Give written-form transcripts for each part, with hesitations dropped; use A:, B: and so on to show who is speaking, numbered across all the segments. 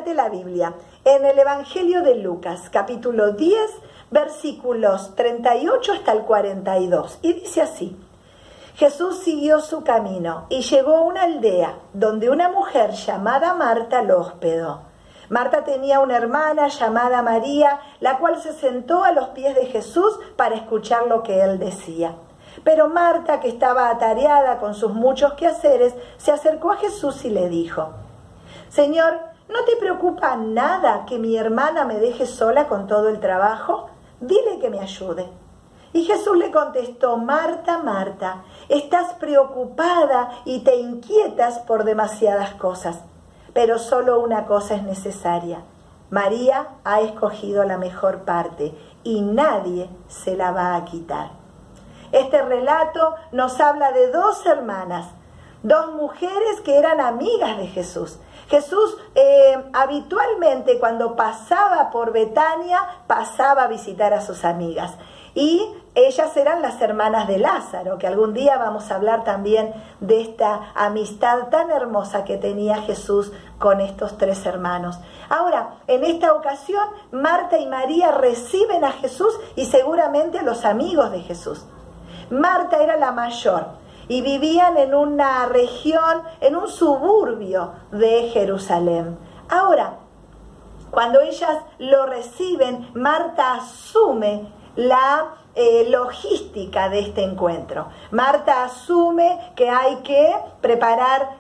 A: leerte la Biblia en el Evangelio de Lucas, capítulo 10, versículos 38 hasta el 42. Y dice así: Jesús siguió su camino y llegó a una aldea donde una mujer llamada Marta lo hospedó. Marta tenía una hermana llamada María, la cual se sentó a los pies de Jesús para escuchar lo que él decía. Pero Marta, que estaba atareada con sus muchos quehaceres, se acercó a Jesús y le dijo: Señor, ¿no te preocupa nada que mi hermana me deje sola con todo el trabajo? Dile que me ayude. Y Jesús le contestó: Marta, Marta, estás preocupada y te inquietas por demasiadas cosas, pero solo una cosa es necesaria. María ha escogido la mejor parte y nadie se la va a quitar. Este relato nos habla de dos hermanas, dos mujeres que eran amigas de Jesús. Jesús habitualmente cuando pasaba por Betania pasaba a visitar a sus amigas. Y ellas eran las hermanas de Lázaro, que algún día vamos a hablar también de esta amistad tan hermosa que tenía Jesús con estos tres hermanos. Ahora, en esta ocasión, Marta y María reciben a Jesús y seguramente a los amigos de Jesús. Marta era la mayor y vivían en una región, en un suburbio de Jerusalén. Ahora, cuando ellas lo reciben, Marta asume la logística de este encuentro. Marta asume que hay que preparar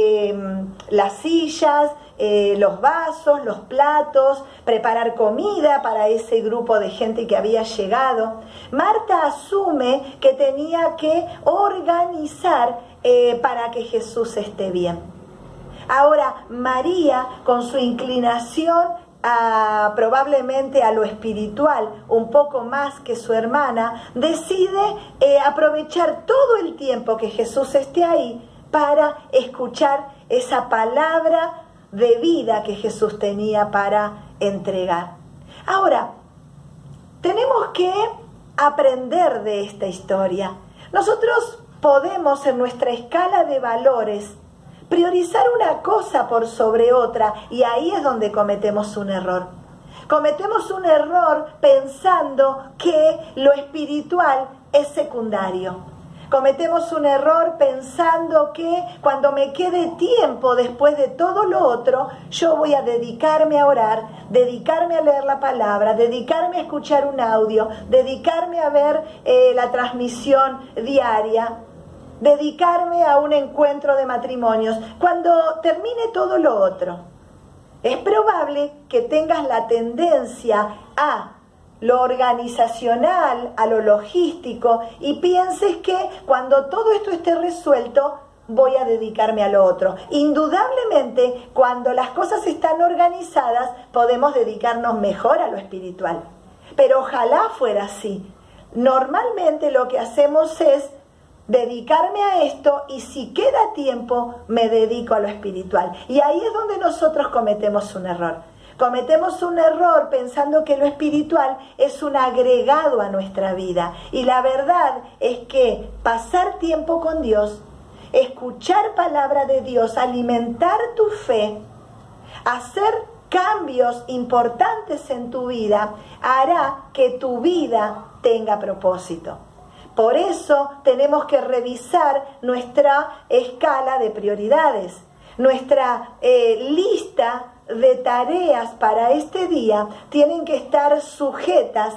A: las sillas, los vasos, los platos, preparar comida para ese grupo de gente que había llegado. Marta asume que tenía que organizar para que Jesús esté bien. Ahora, María, con su inclinación probablemente a lo espiritual, un poco más que su hermana, decide aprovechar todo el tiempo que Jesús esté ahí para escuchar esa palabra de vida que Jesús tenía para entregar. Ahora, tenemos que aprender de esta historia. Nosotros podemos en nuestra escala de valores priorizar una cosa por sobre otra y ahí es donde cometemos un error. Cometemos un error pensando que lo espiritual es secundario. Cometemos un error pensando que cuando me quede tiempo después de todo lo otro, yo voy a dedicarme a orar, dedicarme a leer la palabra, dedicarme a escuchar un audio, dedicarme a ver la transmisión diaria, dedicarme a un encuentro de matrimonios, cuando termine todo lo otro. Es probable que tengas la tendencia a lo organizacional, a lo logístico, y pienses que cuando todo esto esté resuelto, voy a dedicarme a lo otro. Indudablemente, cuando las cosas están organizadas, podemos dedicarnos mejor a lo espiritual. Pero ojalá fuera así. Normalmente lo que hacemos es dedicarme a esto y si queda tiempo, me dedico a lo espiritual. Y ahí es donde nosotros cometemos un error. Cometemos un error pensando que lo espiritual es un agregado a nuestra vida. Y la verdad es que pasar tiempo con Dios, escuchar palabra de Dios, alimentar tu fe, hacer cambios importantes en tu vida, hará que tu vida tenga propósito. Por eso tenemos que revisar nuestra escala de prioridades, nuestra lista de tareas para este día tienen que estar sujetas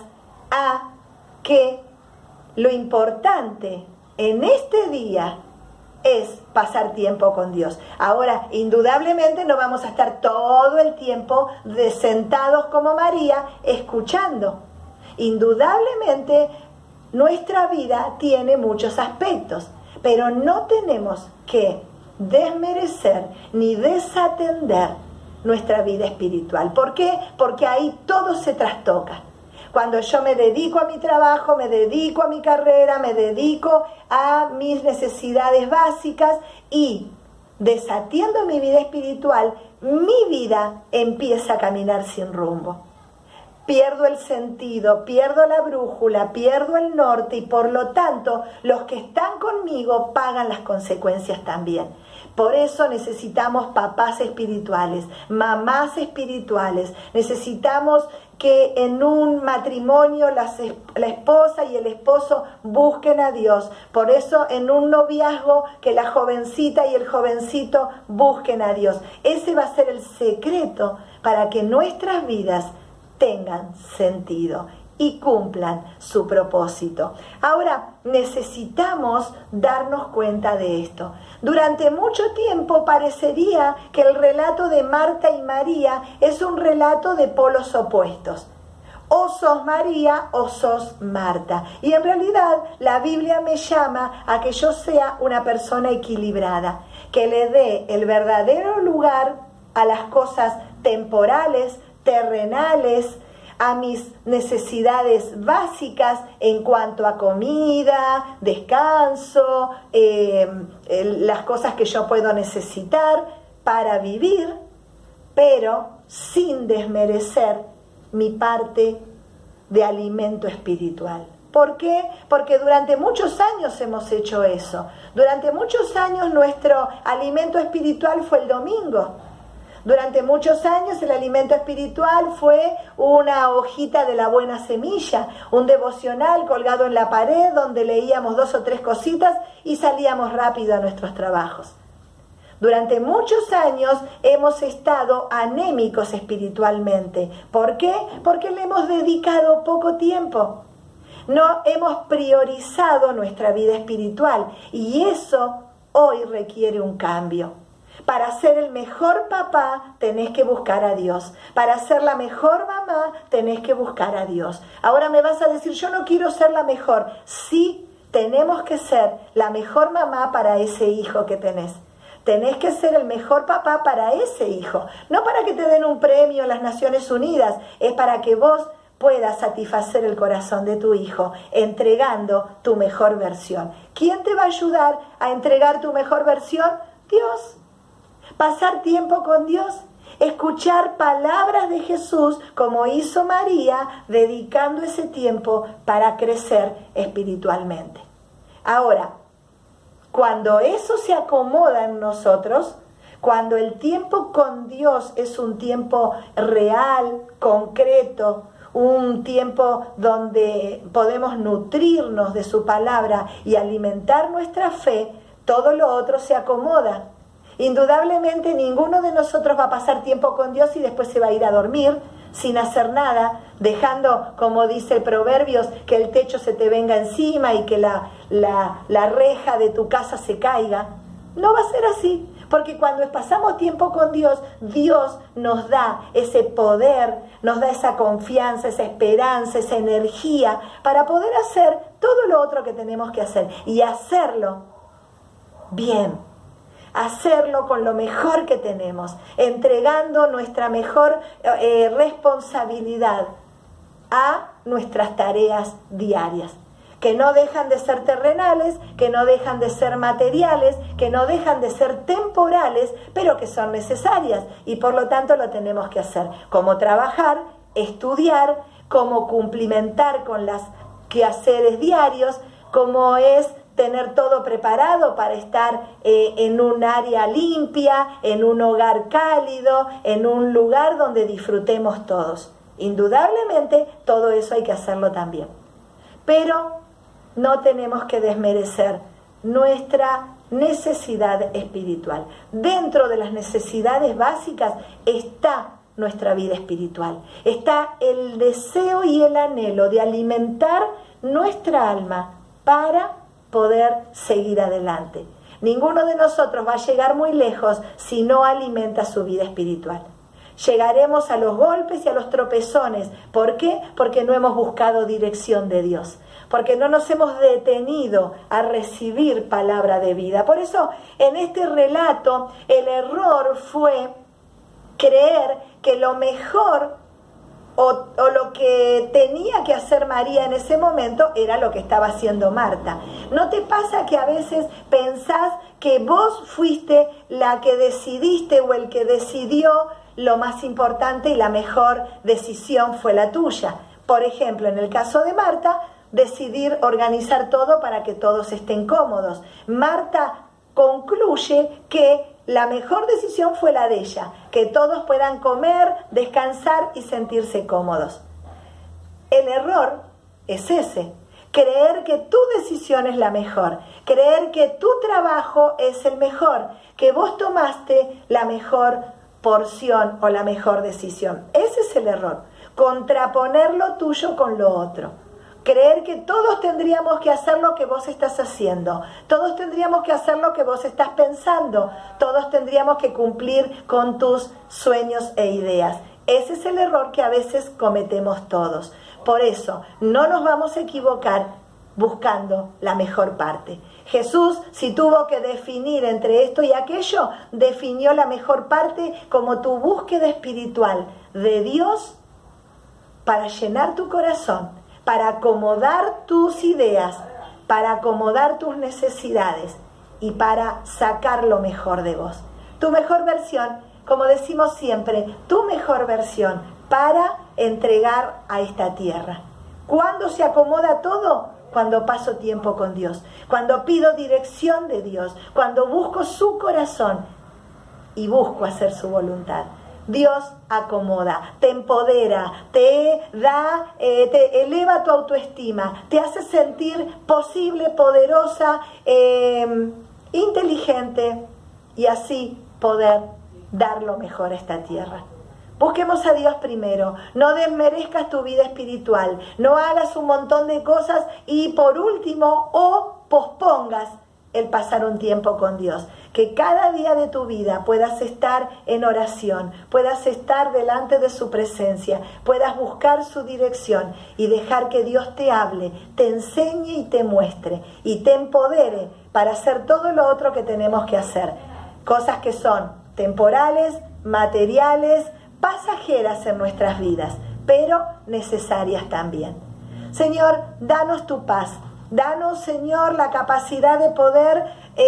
A: a que lo importante en este día es pasar tiempo con Dios. Ahora, indudablemente no vamos a estar todo el tiempo sentados como María escuchando. Indudablemente nuestra vida tiene muchos aspectos, pero no tenemos que desmerecer ni desatender nuestra vida espiritual. ¿Por qué? Porque ahí todo se trastoca. Cuando yo me dedico a mi trabajo, me dedico a mi carrera, me dedico a mis necesidades básicas y desatiendo mi vida espiritual, mi vida empieza a caminar sin rumbo. Pierdo el sentido, pierdo la brújula, pierdo el norte y por lo tanto los que están conmigo pagan las consecuencias también. Por eso necesitamos papás espirituales, mamás espirituales. Necesitamos que en un matrimonio la esposa y el esposo busquen a Dios. Por eso en un noviazgo que la jovencita y el jovencito busquen a Dios. Ese va a ser el secreto para que nuestras vidas tengan sentido y cumplan su propósito. Ahora, necesitamos darnos cuenta de esto. Durante mucho tiempo parecería que el relato de Marta y María es un relato de polos opuestos. O sos María o sos Marta. Y en realidad la Biblia me llama a que yo sea una persona equilibrada, que le dé el verdadero lugar a las cosas temporales, terrenales, a mis necesidades básicas en cuanto a comida, descanso, las cosas que yo puedo necesitar para vivir, pero sin desmerecer mi parte de alimento espiritual. ¿Por qué? Porque durante muchos años hemos hecho eso. Durante muchos años nuestro alimento espiritual fue el domingo. Durante muchos años el alimento espiritual fue una hojita de la buena semilla, un devocional colgado en la pared donde leíamos 2 o 3 cositas y salíamos rápido a nuestros trabajos. Durante muchos años hemos estado anémicos espiritualmente. ¿Por qué? Porque le hemos dedicado poco tiempo. No hemos priorizado nuestra vida espiritual y eso hoy requiere un cambio. Para ser el mejor papá tenés que buscar a Dios. Para ser la mejor mamá tenés que buscar a Dios. Ahora me vas a decir, yo no quiero ser la mejor. Sí, tenemos que ser la mejor mamá para ese hijo que tenés. Tenés que ser el mejor papá para ese hijo. No para que te den un premio en las Naciones Unidas, es para que vos puedas satisfacer el corazón de tu hijo entregando tu mejor versión. ¿Quién te va a ayudar a entregar tu mejor versión? Dios. Pasar tiempo con Dios, escuchar palabras de Jesús como hizo María, dedicando ese tiempo para crecer espiritualmente. Ahora, cuando eso se acomoda en nosotros, cuando el tiempo con Dios es un tiempo real, concreto, un tiempo donde podemos nutrirnos de su palabra y alimentar nuestra fe, todo lo otro se acomoda. Indudablemente ninguno de nosotros va a pasar tiempo con Dios y después se va a ir a dormir sin hacer nada, dejando, como dice Proverbios, que el techo se te venga encima y que la reja de tu casa se caiga. No va a ser así, porque cuando pasamos tiempo con Dios, Dios nos da ese poder, nos da esa confianza, esa esperanza, esa energía para poder hacer todo lo otro que tenemos que hacer y hacerlo bien. Hacerlo con lo mejor que tenemos, entregando nuestra mejor responsabilidad a nuestras tareas diarias, que no dejan de ser terrenales, que no dejan de ser materiales, que no dejan de ser temporales, pero que son necesarias y por lo tanto lo tenemos que hacer, como trabajar, estudiar, como cumplimentar con las quehaceres diarios, como es tener todo preparado para estar en un área limpia, en un hogar cálido, en un lugar donde disfrutemos todos. Indudablemente todo eso hay que hacerlo también. Pero no tenemos que desmerecer nuestra necesidad espiritual. Dentro de las necesidades básicas está nuestra vida espiritual. Está el deseo y el anhelo de alimentar nuestra alma para poder seguir adelante. Ninguno de nosotros va a llegar muy lejos si no alimenta su vida espiritual. Llegaremos a los golpes y a los tropezones. ¿Por qué? Porque no hemos buscado dirección de Dios. Porque no nos hemos detenido a recibir palabra de vida. Por eso, en este relato, el error fue creer que lo mejor o lo que tenía que hacer María en ese momento era lo que estaba haciendo Marta. ¿No te pasa que a veces pensás que vos fuiste la que decidiste o el que decidió lo más importante y la mejor decisión fue la tuya? Por ejemplo, en el caso de Marta, decidir organizar todo para que todos estén cómodos. Marta concluye que la mejor decisión fue la de ella, que todos puedan comer, descansar y sentirse cómodos. El error es ese, creer que tu decisión es la mejor, creer que tu trabajo es el mejor, que vos tomaste la mejor porción o la mejor decisión. Ese es el error, contraponer lo tuyo con lo otro. Creer que todos tendríamos que hacer lo que vos estás haciendo, todos tendríamos que hacer lo que vos estás pensando, todos tendríamos que cumplir con tus sueños e ideas. Ese es el error que a veces cometemos todos. Por eso, no nos vamos a equivocar buscando la mejor parte. Jesús, si tuvo que definir entre esto y aquello, definió la mejor parte como tu búsqueda espiritual de Dios para llenar tu corazón, para acomodar tus ideas, para acomodar tus necesidades y para sacar lo mejor de vos. Tu mejor versión, como decimos siempre, tu mejor versión para entregar a esta tierra. ¿Cuándo se acomoda todo? Cuando paso tiempo con Dios, cuando pido dirección de Dios, cuando busco su corazón y busco hacer su voluntad. Dios acomoda, te empodera, te da, te eleva tu autoestima, te hace sentir posible, poderosa, inteligente y así poder dar lo mejor a esta tierra. Busquemos a Dios primero, no desmerezcas tu vida espiritual, no hagas un montón de cosas y por último o pospongas el pasar un tiempo con Dios. Que cada día de tu vida puedas estar en oración, puedas estar delante de su presencia, puedas buscar su dirección y dejar que Dios te hable, te enseñe y te muestre y te empodere para hacer todo lo otro que tenemos que hacer. Cosas que son temporales, materiales, pasajeras en nuestras vidas, pero necesarias también. Señor, danos tu paz. Danos, Señor, la capacidad de poder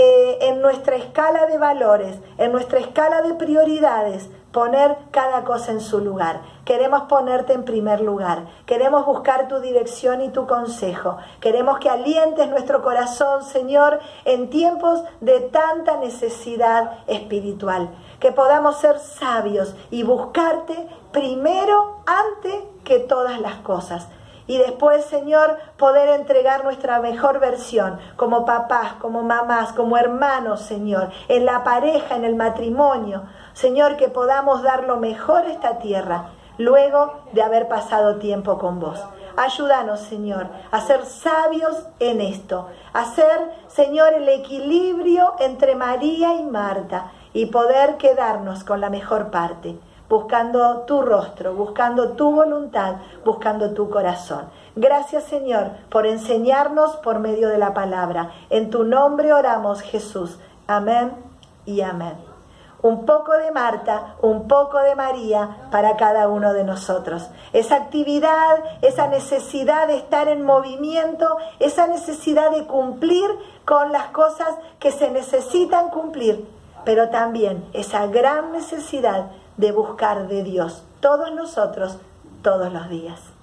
A: en nuestra escala de valores, en nuestra escala de prioridades, poner cada cosa en su lugar. Queremos ponerte en primer lugar. Queremos buscar tu dirección y tu consejo. Queremos que alientes nuestro corazón, Señor, en tiempos de tanta necesidad espiritual. Que podamos ser sabios y buscarte primero antes que todas las cosas. Y después, Señor, poder entregar nuestra mejor versión como papás, como mamás, como hermanos, Señor, en la pareja, en el matrimonio. Señor, que podamos dar lo mejor a esta tierra luego de haber pasado tiempo con vos. Ayúdanos, Señor, a ser sabios en esto, a ser, Señor, el equilibrio entre María y Marta y poder quedarnos con la mejor parte, buscando tu rostro, buscando tu voluntad, buscando tu corazón. Gracias, Señor, por enseñarnos por medio de la palabra. En tu nombre oramos, Jesús. Amén y amén. Un poco de Marta, un poco de María para cada uno de nosotros. Esa actividad, esa necesidad de estar en movimiento, esa necesidad de cumplir con las cosas que se necesitan cumplir, pero también esa gran necesidad de buscar de Dios, todos nosotros, todos los días.